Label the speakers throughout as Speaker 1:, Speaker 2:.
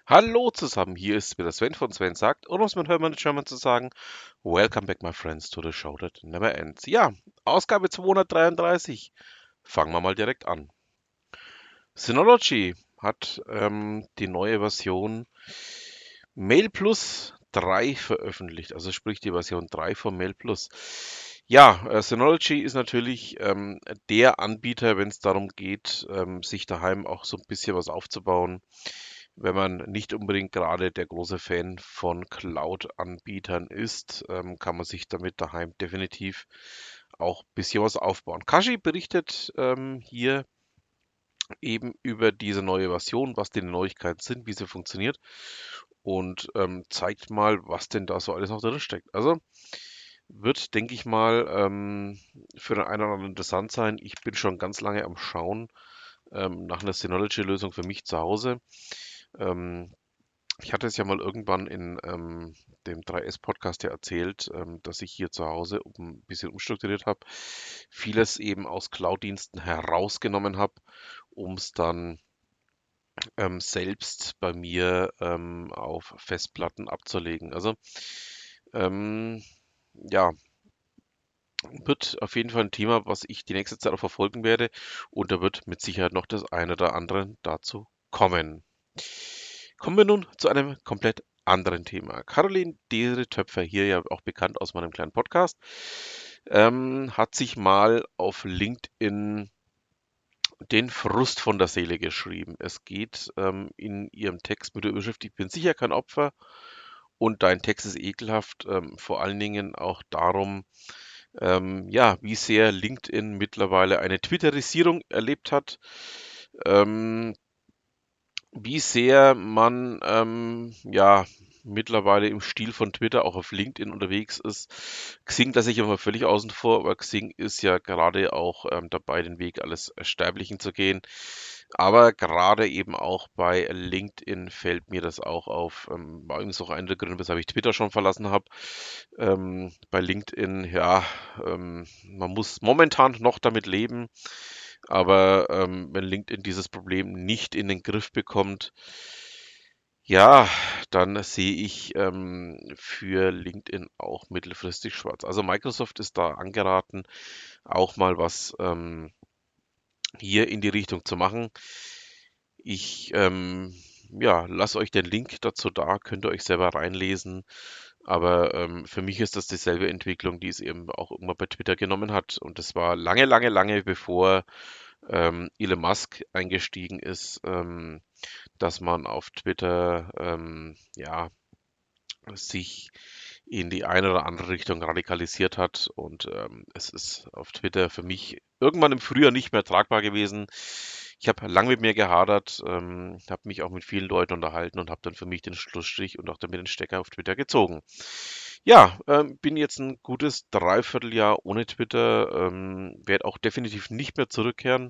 Speaker 1: Hallo zusammen, hier ist wieder Sven von Sven sagt, und um es mit Hermann German zu sagen, Welcome back my friends to the show that never ends. Ja, Ausgabe 233. Fangen wir mal direkt an. Synology hat die neue Version Mail Plus 3 veröffentlicht, also sprich die Version 3 von Mail Plus. Ja, Synology ist natürlich der Anbieter, wenn es darum geht, sich daheim auch so ein bisschen was aufzubauen. Wenn man nicht unbedingt gerade der große Fan von Cloud-Anbietern ist, kann man sich damit daheim definitiv auch ein bisschen was aufbauen. Kashi berichtet hier eben über diese neue Version, was die Neuigkeiten sind, wie sie funktioniert und zeigt mal, was denn da so alles noch drin steckt. Also wird, denke ich mal, für den einen oder anderen interessant sein. Ich bin schon ganz lange am Schauen nach einer Synology-Lösung für mich zu Hause. Ähm, Ich hatte es ja mal irgendwann in dem 3S-Podcast ja erzählt, dass ich hier zu Hause ein bisschen umstrukturiert habe, vieles eben aus Cloud-Diensten herausgenommen habe, um es dann selbst bei mir auf Festplatten abzulegen. Also ähm, ja, wird auf jeden Fall ein Thema, was ich die nächste Zeit auch verfolgen werde, und da wird mit Sicherheit noch das eine oder andere dazu kommen. Kommen wir nun zu einem komplett anderen Thema. Caroline Desiree Töpfer, hier ja auch bekannt aus meinem kleinen Podcast, hat sich mal auf LinkedIn den Frust von der Seele geschrieben. Es geht in ihrem Text mit der Überschrift: Ich bin sicher kein Opfer und dein Text ist ekelhaft. Vor allen Dingen auch darum, ja, wie sehr LinkedIn mittlerweile eine Twitterisierung erlebt hat. Ähm, Wie sehr man, ja, mittlerweile im Stil von Twitter auch auf LinkedIn unterwegs ist. Xing lasse ich immer völlig außen vor, aber Xing ist ja gerade auch dabei, den Weg alles Sterblichen zu gehen. Aber gerade eben auch bei LinkedIn fällt mir das auch auf. War übrigens auch einer der Gründe, weshalb ich Twitter schon verlassen habe. Bei LinkedIn, ja, man muss momentan noch damit leben, aber wenn LinkedIn dieses Problem nicht in den Griff bekommt, ja, dann sehe ich für LinkedIn auch mittelfristig schwarz. Also Microsoft ist da angeraten, auch mal was hier in die Richtung zu machen. Ich ja, lasse euch den Link dazu da, könnt ihr euch selber reinlesen. Aber für mich ist das dieselbe Entwicklung, die es eben auch irgendwann bei Twitter genommen hat. Und das war lange, lange, lange bevor Elon Musk eingestiegen ist, dass man auf Twitter ja, sich in die eine oder andere Richtung radikalisiert hat. Und es ist auf Twitter für mich irgendwann im Frühjahr nicht mehr tragbar gewesen. Ich habe lang mit mir gehadert, habe mich auch mit vielen Leuten unterhalten und habe dann für mich den Schlussstrich und auch damit den Stecker auf Twitter gezogen. Ja, bin jetzt ein gutes Dreivierteljahr ohne Twitter, werde auch definitiv nicht mehr zurückkehren.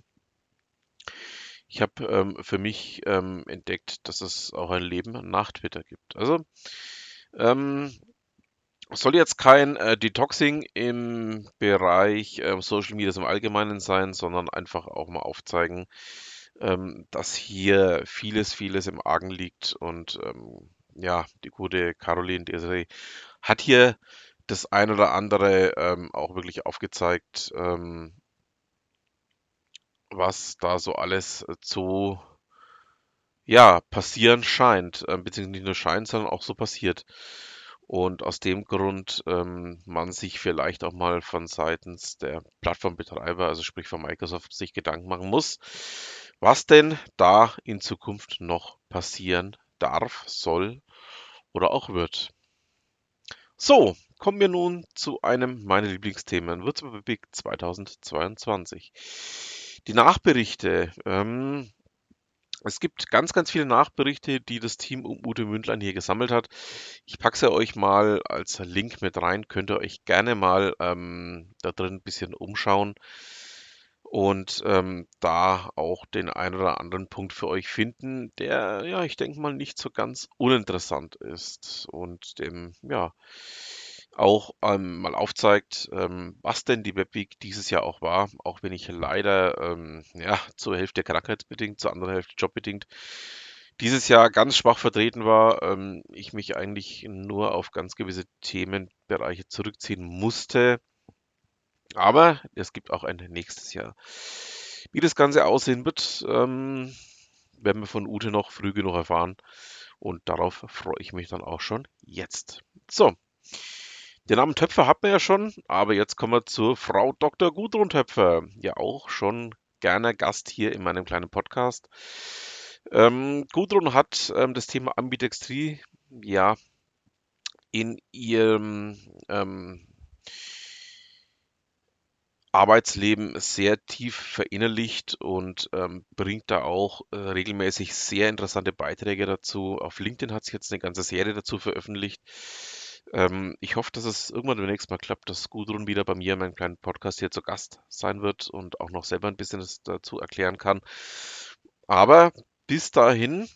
Speaker 1: Ich habe für mich entdeckt, dass es auch ein Leben nach Twitter gibt. Also ähm, soll jetzt kein Detoxing im Bereich Social Media im Allgemeinen sein, sondern einfach auch mal aufzeigen, dass hier vieles, vieles im Argen liegt. Und ja, die gute Caroline Desiree hat hier das ein oder andere auch wirklich aufgezeigt, was da so alles zu ja, passieren scheint, beziehungsweise nicht nur scheint, sondern auch so passiert. Und aus dem Grund man sich vielleicht auch mal von seitens der Plattformbetreiber, also sprich von Microsoft, sich Gedanken machen muss, was denn da in Zukunft noch passieren darf, soll oder auch wird. So, kommen wir nun zu einem meiner Lieblingsthemen, Würzburg 2022. Die Nachberichte. Es gibt ganz, ganz viele Nachberichte, die das Team um Ute Mündlein hier gesammelt hat. Ich packe sie euch mal als Link mit rein. Könnt ihr euch gerne mal da drin ein bisschen umschauen und da auch den einen oder anderen Punkt für euch finden, der, ja, ich denke mal, nicht so ganz uninteressant ist und dem, ja, auch mal aufzeigt, was denn die Webweek dieses Jahr auch war, auch wenn ich leider ja, zur Hälfte krankheitsbedingt, zur anderen Hälfte jobbedingt dieses Jahr ganz schwach vertreten war, ich mich eigentlich nur auf ganz gewisse Themenbereiche zurückziehen musste. Aber es gibt auch ein nächstes Jahr. Wie das Ganze aussehen wird, werden wir von Ute noch früh genug erfahren. Und darauf freue ich mich dann auch schon jetzt. So, den Namen Töpfer hat man ja schon, aber jetzt kommen wir zur Frau Dr. Gudrun Töpfer. Ja, auch schon gerne Gast hier in meinem kleinen Podcast. Gudrun hat das Thema Ambidextrie ja in ihrem Arbeitsleben sehr tief verinnerlicht und bringt da auch regelmäßig sehr interessante Beiträge dazu. Auf LinkedIn hat sie jetzt eine ganze Serie dazu veröffentlicht. Ich hoffe, dass es irgendwann demnächst mal klappt, dass Gudrun wieder bei mir in meinem kleinen Podcast hier zu Gast sein wird und auch noch selber ein bisschen das dazu erklären kann. Aber bis dahin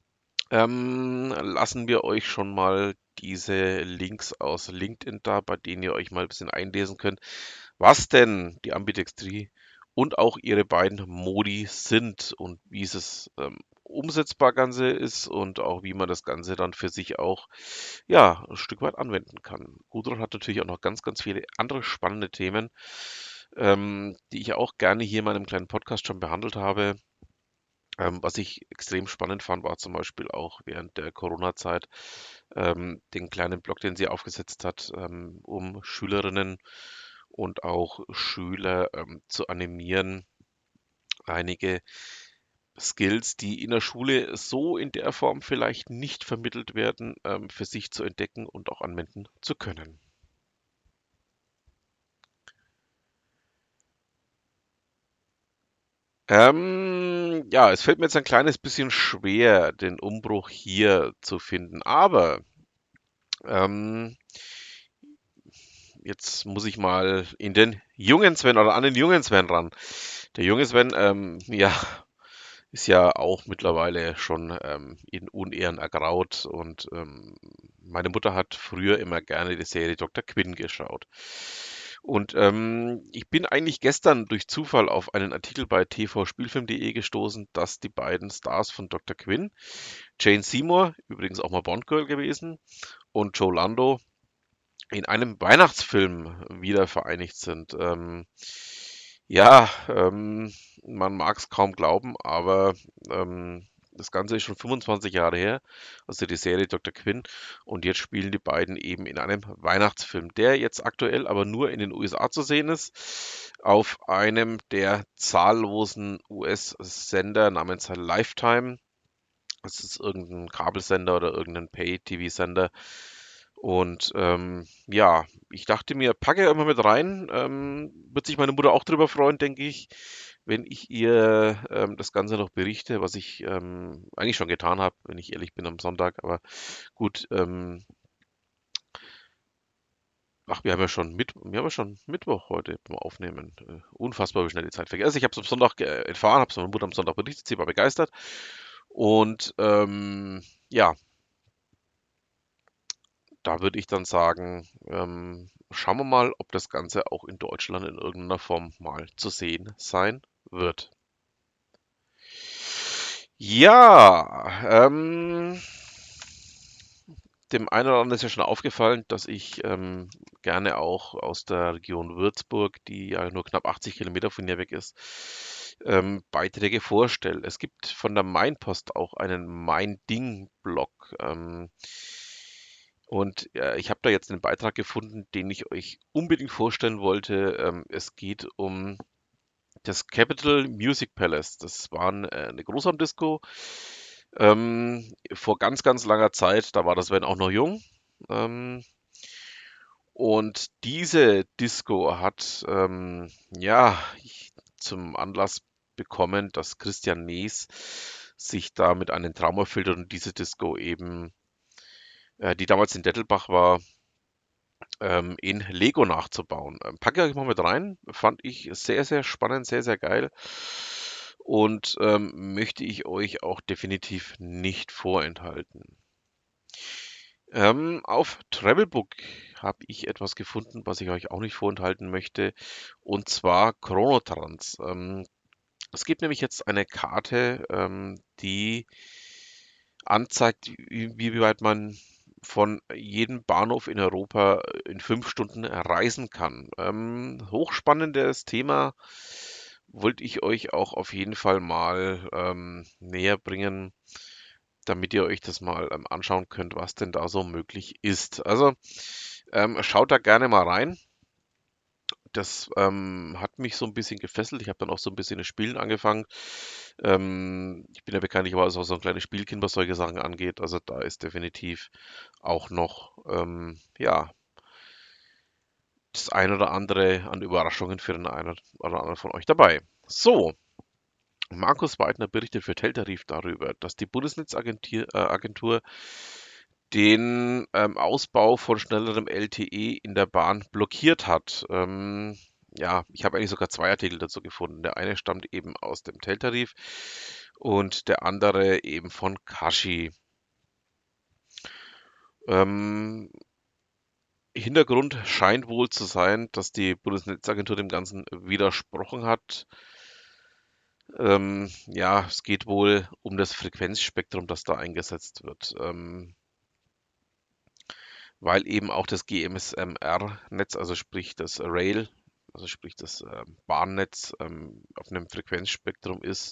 Speaker 1: lassen wir euch schon mal diese Links aus LinkedIn da, bei denen ihr euch mal ein bisschen einlesen könnt, was denn die Ambidextrie und auch ihre beiden Modi sind und wie es umsetzbar Ganze ist und auch wie man das Ganze dann für sich auch ja ein Stück weit anwenden kann. Gudrun hat natürlich auch noch ganz, ganz viele andere spannende Themen, die ich auch gerne hier in meinem kleinen Podcast schon behandelt habe. Was ich extrem spannend fand, war zum Beispiel auch während der Corona-Zeit den kleinen Blog, den sie aufgesetzt hat, um Schülerinnen und auch Schüler zu animieren, einige Skills, die in der Schule so in der Form vielleicht nicht vermittelt werden, für sich zu entdecken und auch anwenden zu können. Ja, es fällt mir jetzt ein kleines bisschen schwer, den Umbruch hier zu finden, aber ähm, jetzt muss ich mal in den jungen Sven oder an den jungen Sven ran. Der junge Sven, ja, ist ja auch mittlerweile schon in Unehren ergraut und meine Mutter hat früher immer gerne die Serie Dr. Quinn geschaut. Und ich bin eigentlich gestern durch Zufall auf einen Artikel bei tvspielfilm.de gestoßen, dass die beiden Stars von Dr. Quinn, Jane Seymour, übrigens auch mal Bond-Girl gewesen, und Joe Lando in einem Weihnachtsfilm wieder vereinigt sind. Ja, man mag es kaum glauben, aber das Ganze ist schon 25 Jahre her, also die Serie Dr. Quinn, und jetzt spielen die beiden eben in einem Weihnachtsfilm, der jetzt aktuell aber nur in den USA zu sehen ist, auf einem der zahllosen US-Sender namens Lifetime. Das ist irgendein Kabelsender oder irgendein Pay-TV-Sender. Und ja, ich dachte mir, packe immer mit rein. Wird sich meine Mutter auch drüber freuen, denke ich, wenn ich ihr das Ganze noch berichte, was ich eigentlich schon getan habe, wenn ich ehrlich bin, am Sonntag. Aber gut, ach, wir haben ja schon Mittwoch heute beim Aufnehmen. Unfassbar, wie schnell die Zeit vergeht. Also ich habe es am Sonntag erfahren, habe es meiner Mutter am Sonntag berichtet, sie war begeistert. Und ja, da würde ich dann sagen, schauen wir mal, ob das Ganze auch in Deutschland in irgendeiner Form mal zu sehen sein wird. Ja, dem einen oder anderen ist ja schon aufgefallen, dass ich gerne auch aus der Region Würzburg, die ja nur knapp 80 Kilometer von hier weg ist, Beiträge vorstelle. Es gibt von der Mainpost auch einen Mein Ding-Blog. Und ich habe da jetzt einen Beitrag gefunden, den ich euch unbedingt vorstellen wollte. Es geht um das Capitol Music Palace. Das war eine Großraumdisco vor ganz, ganz langer Zeit. Da war das Sven auch noch jung. Ähm, und diese Disco hat ja zum Anlass bekommen, dass Christian Nees sich da mit einem Traum erfüllt hat und diese Disco eben, die damals in Dettelbach war, in Lego nachzubauen. Packe ich euch mal mit rein. Fand ich sehr, sehr spannend, sehr, sehr geil. Und möchte ich euch auch definitiv nicht vorenthalten. Auf Travelbook habe ich etwas gefunden, was ich euch auch nicht vorenthalten möchte, und zwar Chronotrans. Es gibt nämlich jetzt eine Karte, die anzeigt, wie weit man von jedem Bahnhof in Europa in 5 Stunden reisen kann. Hochspannendes Thema, wollte ich euch auch auf jeden Fall mal näher bringen, damit ihr euch das mal anschauen könnt, was denn da so möglich ist. Also schaut da gerne mal rein. Das hat mich so ein bisschen gefesselt. Ich habe dann auch so ein bisschen das Spielen angefangen. Ich bin ja bekanntlicherweise auch so ein kleines Spielkind, was solche Sachen angeht. Also da ist definitiv auch noch ja, das ein oder andere an Überraschungen für den einen oder anderen von euch dabei. So, Markus Weidner berichtet für Teltarif darüber, dass die Bundesnetzagentur den Ausbau von schnellerem LTE in der Bahn blockiert hat. Ja, ich habe eigentlich sogar zwei Artikel dazu gefunden. Der eine stammt eben aus dem Teltarif und der andere eben von Kashi. Ähm, Hintergrund scheint wohl zu sein, dass die Bundesnetzagentur dem Ganzen widersprochen hat. Ja, es geht wohl um das Frequenzspektrum, das da eingesetzt wird, weil eben auch das GMSMR-Netz, also sprich das Rail, also sprich das Bahnnetz, auf einem Frequenzspektrum ist,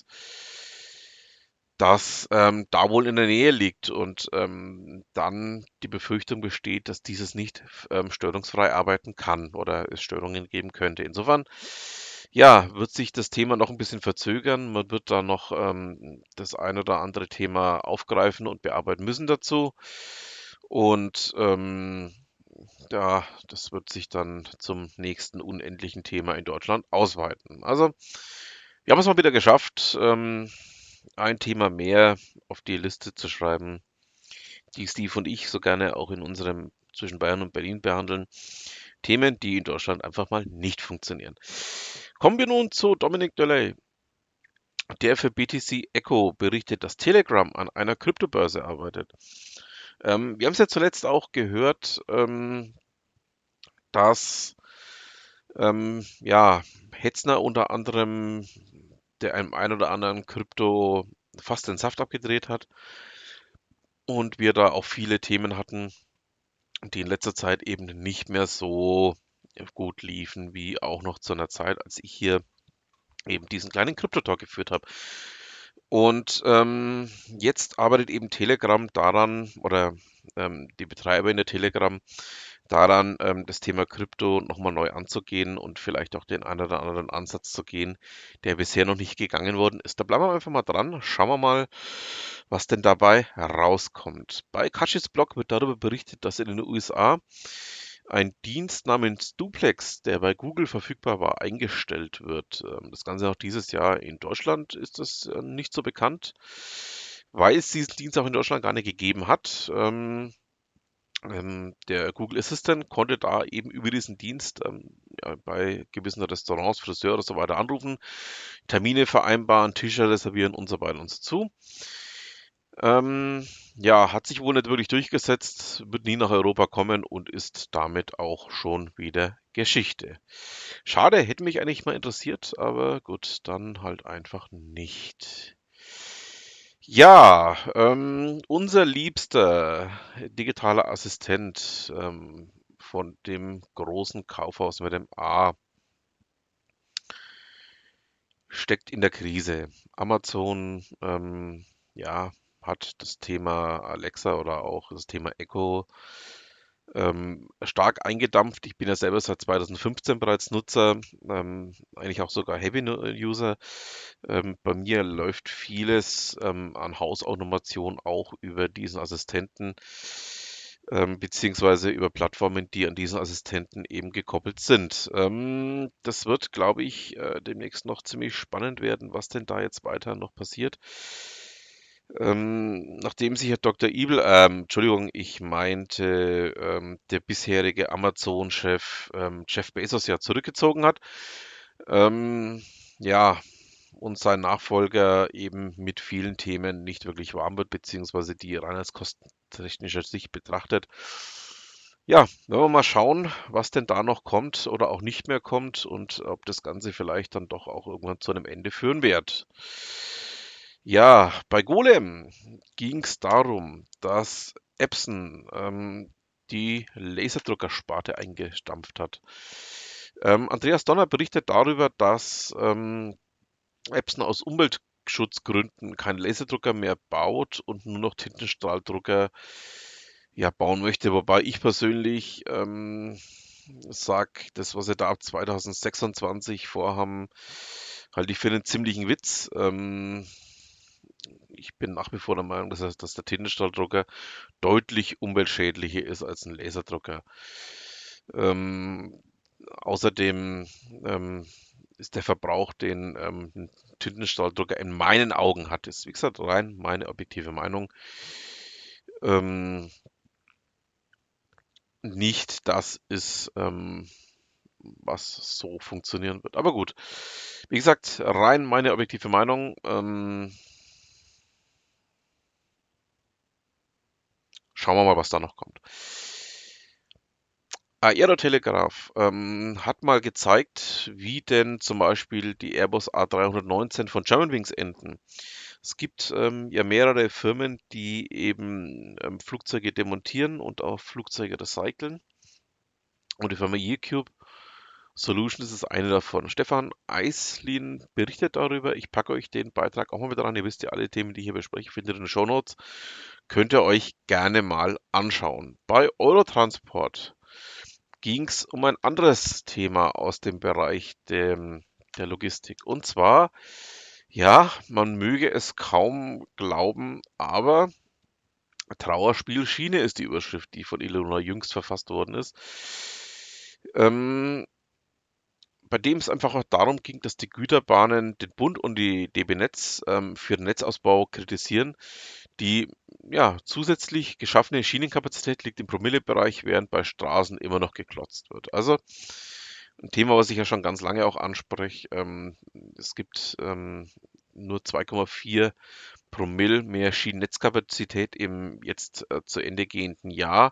Speaker 1: das da wohl in der Nähe liegt und dann die Befürchtung besteht, dass dieses nicht störungsfrei arbeiten kann oder es Störungen geben könnte. Insofern, ja, wird sich das Thema noch ein bisschen verzögern. Man wird da noch das ein oder andere Thema aufgreifen und bearbeiten müssen dazu. Und ja, das wird sich dann zum nächsten unendlichen Thema in Deutschland ausweiten. Also, wir haben es mal wieder geschafft, ein Thema mehr auf die Liste zu schreiben, die Steve und ich so gerne auch in unserem zwischen Bayern und Berlin behandeln. Themen, die in Deutschland einfach mal nicht funktionieren. Kommen wir nun zu Dominic Delay, der für BTC Echo berichtet, dass Telegram an einer Kryptobörse arbeitet. Wir haben es ja zuletzt auch gehört, dass ja, Hetzner unter anderem der einem ein oder anderen Krypto fast den Saft abgedreht hat und wir da auch viele Themen hatten, die in letzter Zeit eben nicht mehr so gut liefen, wie auch noch zu einer Zeit, als ich hier eben diesen kleinen Krypto-Talk geführt habe. Und jetzt arbeitet eben Telegram daran, oder die Betreiber in der Telegram daran, das Thema Krypto nochmal neu anzugehen und vielleicht auch den einen oder anderen Ansatz zu gehen, der bisher noch nicht gegangen worden ist. Da bleiben wir einfach mal dran. Schauen wir mal, was denn dabei herauskommt. Bei Kashis Blog wird darüber berichtet, dass in den USA ein Dienst namens Duplex, der bei Google verfügbar war, eingestellt wird. Das Ganze auch dieses Jahr in Deutschland ist das nicht so bekannt, weil es diesen Dienst auch in Deutschland gar nicht gegeben hat. Der Google Assistant konnte da eben über diesen Dienst ja, bei gewissen Restaurants, Friseure und so weiter anrufen, Termine vereinbaren, Tische reservieren und so weiter und so zu. Ja, hat sich wohl nicht wirklich durchgesetzt, wird nie nach Europa kommen und ist damit auch schon wieder Geschichte. Schade, hätte mich eigentlich mal interessiert, aber gut, dann halt einfach nicht. Ja, unser liebster digitaler Assistent von dem großen Kaufhaus mit dem A steckt in der Krise. Amazon, ja, hat das Thema Alexa oder auch das Thema Echo stark eingedampft. Ich bin ja selber seit 2015 bereits Nutzer, eigentlich auch sogar Heavy-User. Bei mir läuft vieles an Hausautomation auch über diesen Assistenten, beziehungsweise über Plattformen, die an diesen Assistenten eben gekoppelt sind. Das wird, glaube ich, demnächst noch ziemlich spannend werden, was denn da jetzt weiter noch passiert. Nachdem sich Herr Dr. Evil, Entschuldigung, ich meinte, der bisherige Amazon-Chef, Jeff Bezos ja zurückgezogen hat, ähm, ja, und sein Nachfolger eben mit vielen Themen nicht wirklich warm wird, beziehungsweise die rein als kostentechnischer Sicht betrachtet. Ja, werden wir mal schauen, was denn da noch kommt oder auch nicht mehr kommt und ob das Ganze vielleicht dann doch auch irgendwann zu einem Ende führen wird. Ja, bei Golem ging es darum, dass Epson die Laserdruckersparte eingestampft hat. Andreas Donner berichtet darüber, dass Epson aus Umweltschutzgründen keinen Laserdrucker mehr baut und nur noch Tintenstrahldrucker ja, bauen möchte. Wobei ich persönlich sage, das, was sie da ab 2026 vorhaben, halte ich für einen ziemlichen Witz. Ich bin nach wie vor der Meinung, dass der Tintenstrahldrucker deutlich umweltschädlicher ist als ein Laserdrucker. Ähm, Außerdem ist der Verbrauch, den ein Tintenstrahldrucker in meinen Augen hat, ist, wie gesagt, rein meine objektive Meinung, ähm, nicht das ist, was so funktionieren wird. Aber gut, wie gesagt, rein meine objektive Meinung. Schauen wir mal, was da noch kommt. Aerotelegraph hat mal gezeigt, wie denn zum Beispiel die Airbus A319 von Germanwings enden. Es gibt ja mehrere Firmen, die eben Flugzeuge demontieren und auch Flugzeuge recyceln. Und die Firma Yearcube Solutions ist eine davon. Stefan Eislin berichtet darüber. Ich packe euch den Beitrag auch mal mit rein. Ihr wisst ja, alle Themen, die ich hier bespreche, findet ihr in den Shownotes. Könnt ihr euch gerne mal anschauen. Bei Eurotransport ging es um ein anderes Thema aus dem Bereich der Logistik. Und zwar, ja, man möge es kaum glauben, aber Trauerspiel Schiene ist die Überschrift, die von Ilona jüngst verfasst worden ist. Ähm, Bei dem es einfach auch darum ging, dass die Güterbahnen den Bund und die DB Netz für den Netzausbau kritisieren. Die ja, zusätzlich geschaffene Schienenkapazität liegt im Promillebereich, während bei Straßen immer noch geklotzt wird. Also ein Thema, was ich ja schon ganz lange auch anspreche. Es gibt nur 2,4 Promille mehr Schienennetzkapazität im jetzt zu Ende gehenden Jahr.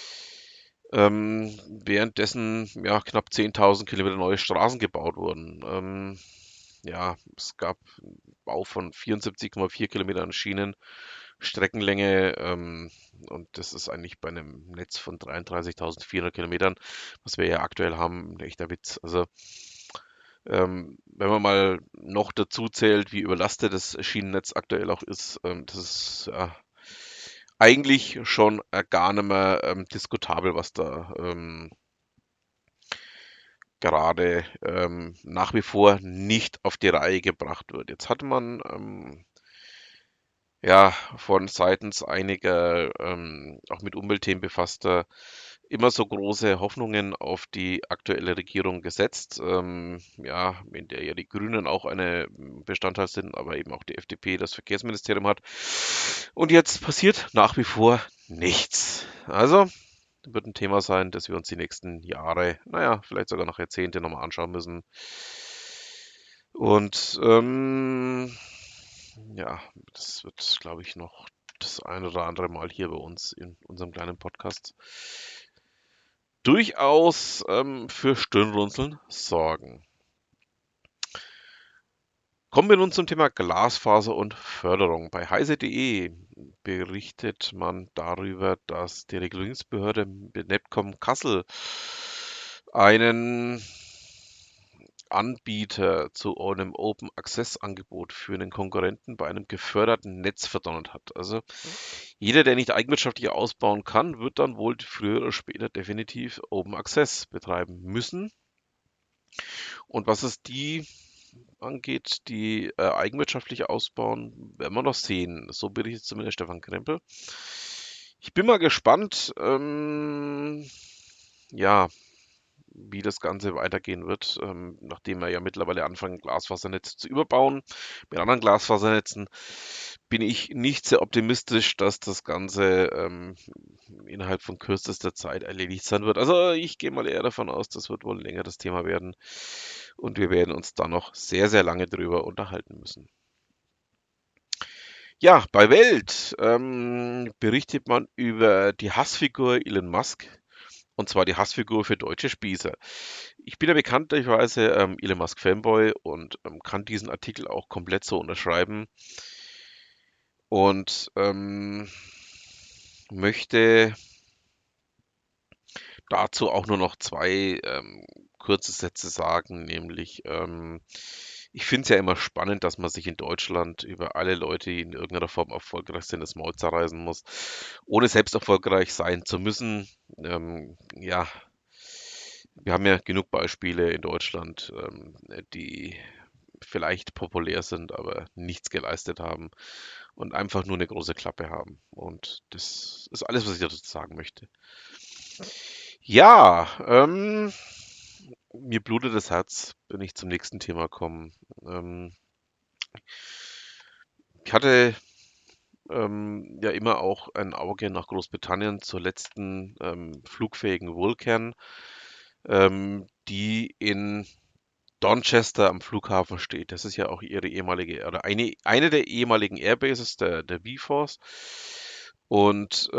Speaker 1: Währenddessen ja, knapp 10.000 Kilometer neue Straßen gebaut wurden. Ja, es gab einen Bau von 74,4 Kilometern Schienen, Streckenlänge, und das ist eigentlich bei einem Netz von 33.400 Kilometern, was wir ja aktuell haben, ein echter Witz. Also wenn man mal noch dazu zählt, wie überlastet das Schienennetz aktuell auch ist, das ist ja, eigentlich schon gar nicht mehr diskutabel, was da gerade nach wie vor nicht auf die Reihe gebracht wird. Jetzt hat man ja von seitens einiger auch mit Umweltthemen befasster immer so große Hoffnungen auf die aktuelle Regierung gesetzt, ja, in der ja die Grünen auch eine Bestandteil sind, aber eben auch die FDP das Verkehrsministerium hat. Und jetzt passiert nach wie vor nichts. Also wird ein Thema sein, das wir uns die nächsten Jahre, naja, vielleicht sogar noch Jahrzehnte nochmal anschauen müssen. Und ja, das wird, glaube ich, noch das ein oder andere Mal hier bei uns in unserem kleinen Podcast durchaus für Stirnrunzeln sorgen. Kommen wir nun zum Thema Glasfaser und Förderung. Bei heise.de berichtet man darüber, dass die Regulierungsbehörde Netcom Kassel einen Anbieter zu einem Open Access Angebot für einen Konkurrenten bei einem geförderten Netz verdonnert hat. Also jeder, der nicht eigenwirtschaftlich ausbauen kann, wird dann wohl früher oder später definitiv Open Access betreiben müssen. Und was es die angeht, die eigenwirtschaftlich ausbauen, werden wir noch sehen. So berichtet zumindest Stefan Krempel. Ich bin mal gespannt, ja, wie das Ganze weitergehen wird, nachdem wir ja mittlerweile anfangen, Glasfasernetze zu überbauen. Mit anderen Glasfasernetzen bin ich nicht sehr optimistisch, dass das Ganze innerhalb von kürzester Zeit erledigt sein wird. Also ich gehe mal eher davon aus, das wird wohl länger das Thema werden und wir werden uns da noch sehr, sehr lange drüber unterhalten müssen. Ja, bei Welt berichtet man über die Hassfigur Elon Musk. Und zwar die Hassfigur für deutsche Spießer. Ich bin ja bekanntlicherweise Elon Musk Fanboy und kann diesen Artikel auch komplett so unterschreiben. und möchte dazu auch nur noch zwei kurze Sätze sagen, nämlich ich finde es ja immer spannend, dass man sich in Deutschland über alle Leute, die in irgendeiner Form erfolgreich sind, das Maul zerreißen muss, ohne selbst erfolgreich sein zu müssen. Ja, wir haben ja genug Beispiele in Deutschland, die vielleicht populär sind, aber nichts geleistet haben und einfach nur eine große Klappe haben. Und das ist alles, was ich dazu sagen möchte. Ja, mir blutet das Herz, wenn ich zum nächsten Thema komme. Ähm, ich hatte ja immer auch ein Auge nach Großbritannien zur letzten flugfähigen Vulcan, die in Donchester am Flughafen steht. Das ist ja auch ihre ehemalige, oder eine der ehemaligen Airbases der V-Force. Und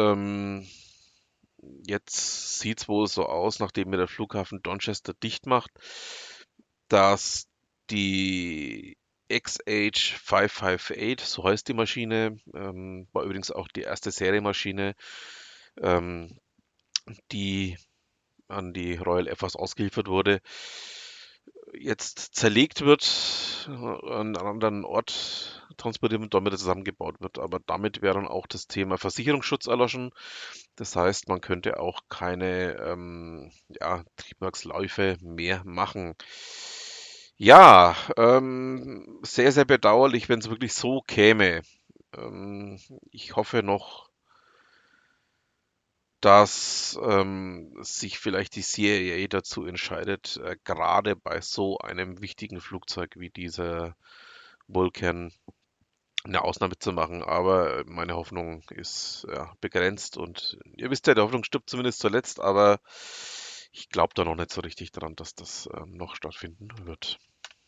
Speaker 1: jetzt sieht es wohl so aus, nachdem mir der Flughafen Donchester dicht macht, dass die XH558, so heißt die Maschine, war übrigens auch die erste Serienmaschine, ähm, die an die Royal Air Force ausgeliefert wurde, jetzt zerlegt wird, an einen anderen Ort transportiert und damit zusammengebaut wird. Aber damit wäre dann auch das Thema Versicherungsschutz erloschen. Das heißt, man könnte auch keine ja, Triebwerksläufe mehr machen. Ja, sehr, sehr bedauerlich, wenn es wirklich so käme. Ich hoffe noch, dass sich vielleicht die CIA dazu entscheidet, gerade bei so einem wichtigen Flugzeug wie dieser Vulcan eine Ausnahme zu machen. Aber meine Hoffnung ist ja, begrenzt und ihr wisst ja, die Hoffnung stirbt zumindest zuletzt, aber ich glaube da noch nicht so richtig dran, dass das noch stattfinden wird.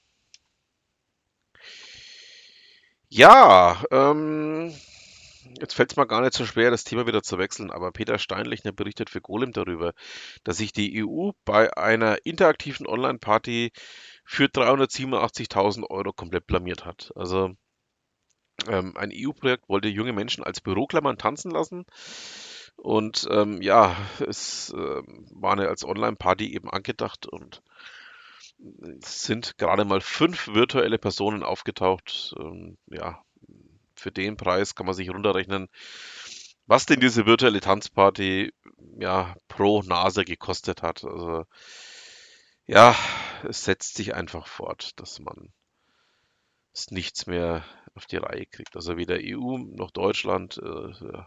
Speaker 1: Ja, jetzt fällt es mir gar nicht so schwer, das Thema wieder zu wechseln, aber Peter Steinlechner berichtet für Golem darüber, dass sich die EU bei einer interaktiven Online-Party für 387.000 Euro komplett blamiert hat. Also ein EU-Projekt wollte junge Menschen als Büroklammern tanzen lassen und ja, es war eine als Online-Party eben angedacht und es sind gerade mal 5 virtuelle Personen aufgetaucht. Ja, für den Preis kann man sich runterrechnen, was denn diese virtuelle Tanzparty ja pro Nase gekostet hat. Also ja, es setzt sich einfach fort, dass man es nichts mehr auf die Reihe kriegt. Also weder EU noch Deutschland. Ja.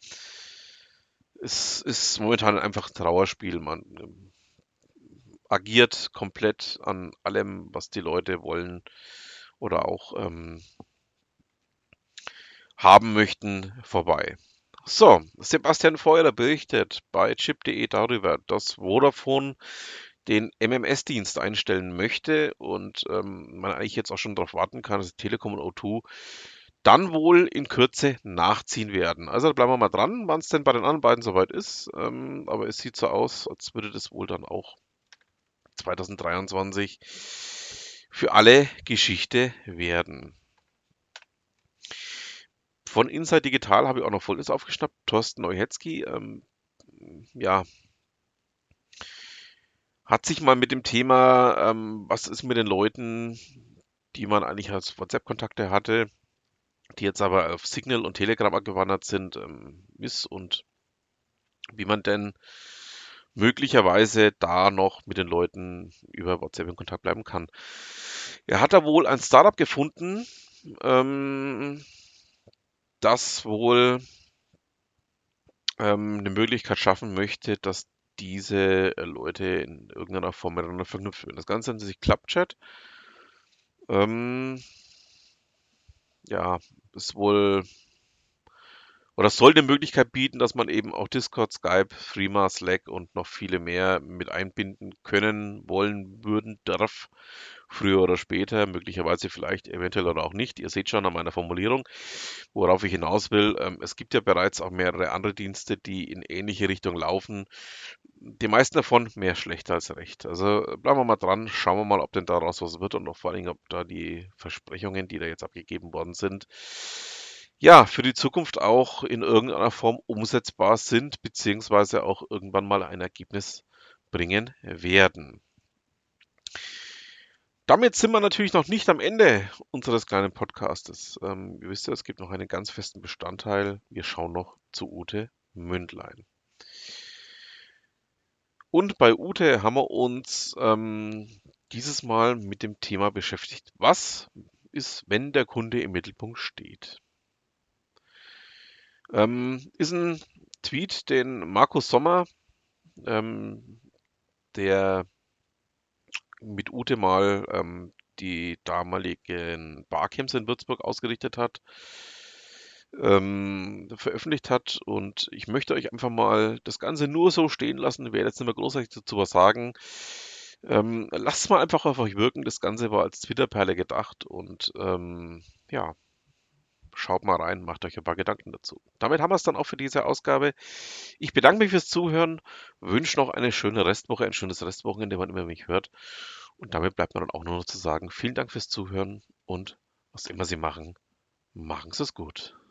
Speaker 1: Es ist momentan einfach ein Trauerspiel. Man agiert komplett an allem, was die Leute wollen oder auch haben möchten, vorbei. So, Sebastian Feurer berichtet bei chip.de darüber, dass Vodafone den MMS-Dienst einstellen möchte und man eigentlich jetzt auch schon darauf warten kann, dass Telekom und O2 dann wohl in Kürze nachziehen werden. Also da bleiben wir mal dran, wann es denn bei den anderen beiden soweit ist. Aber es sieht so aus, als würde das wohl dann auch 2023 für alle Geschichte werden. Von Inside Digital habe ich auch noch Folgendes aufgeschnappt. Thorsten Neuhetzky, ja, hat sich mal mit dem Thema, was ist mit den Leuten, die man eigentlich als WhatsApp-Kontakte hatte, die jetzt aber auf Signal und Telegram abgewandert sind, ist und wie man denn möglicherweise da noch mit den Leuten über WhatsApp in Kontakt bleiben kann. Er hat da wohl ein Startup gefunden, ähm, das wohl 'ne Möglichkeit schaffen möchte, dass diese, Leute in irgendeiner Form miteinander verknüpft werden. Das Ganze nennt sich ClubChat. Ähm, ja, ist wohl oder soll eine Möglichkeit bieten, dass man eben auch Discord, Skype, Threema, Slack und noch viele mehr mit einbinden können, wollen, würden, darf, früher oder später, möglicherweise vielleicht, eventuell oder auch nicht. Ihr seht schon an meiner Formulierung, worauf ich hinaus will. Es gibt ja bereits auch mehrere andere Dienste, die in ähnliche Richtung laufen. Die meisten davon mehr schlecht als recht. Also bleiben wir mal dran, schauen wir mal, ob denn daraus was wird und auch vor allen Dingen, ob da die Versprechungen, die da jetzt abgegeben worden sind, ja, für die Zukunft auch in irgendeiner Form umsetzbar sind, beziehungsweise auch irgendwann mal ein Ergebnis bringen werden. Damit sind wir natürlich noch nicht am Ende unseres kleinen Podcastes. Ihr wisst ja, es gibt noch einen ganz festen Bestandteil. Wir schauen noch zu Ute Mündlein. Und bei Ute haben wir uns dieses Mal mit dem Thema beschäftigt. Was ist, wenn der Kunde im Mittelpunkt steht? Ist ein Tweet, den Markus Sommer, ähm, der mit Ute mal die damaligen Barcamps in Würzburg ausgerichtet hat, veröffentlicht hat. Und ich möchte euch einfach mal das Ganze nur so stehen lassen. Ich werde jetzt nicht mehr großartig dazu was sagen. Lasst es mal einfach auf euch wirken. Das Ganze war als Twitter-Perle gedacht und ja, schaut mal rein, macht euch ein paar Gedanken dazu. Damit haben wir es dann auch für diese Ausgabe. Ich bedanke mich fürs Zuhören, wünsche noch eine schöne Restwoche, ein schönes Restwochenende, wann immer mich hört. Und damit bleibt mir dann auch nur noch zu sagen, vielen Dank fürs Zuhören und was immer Sie machen, machen Sie es gut.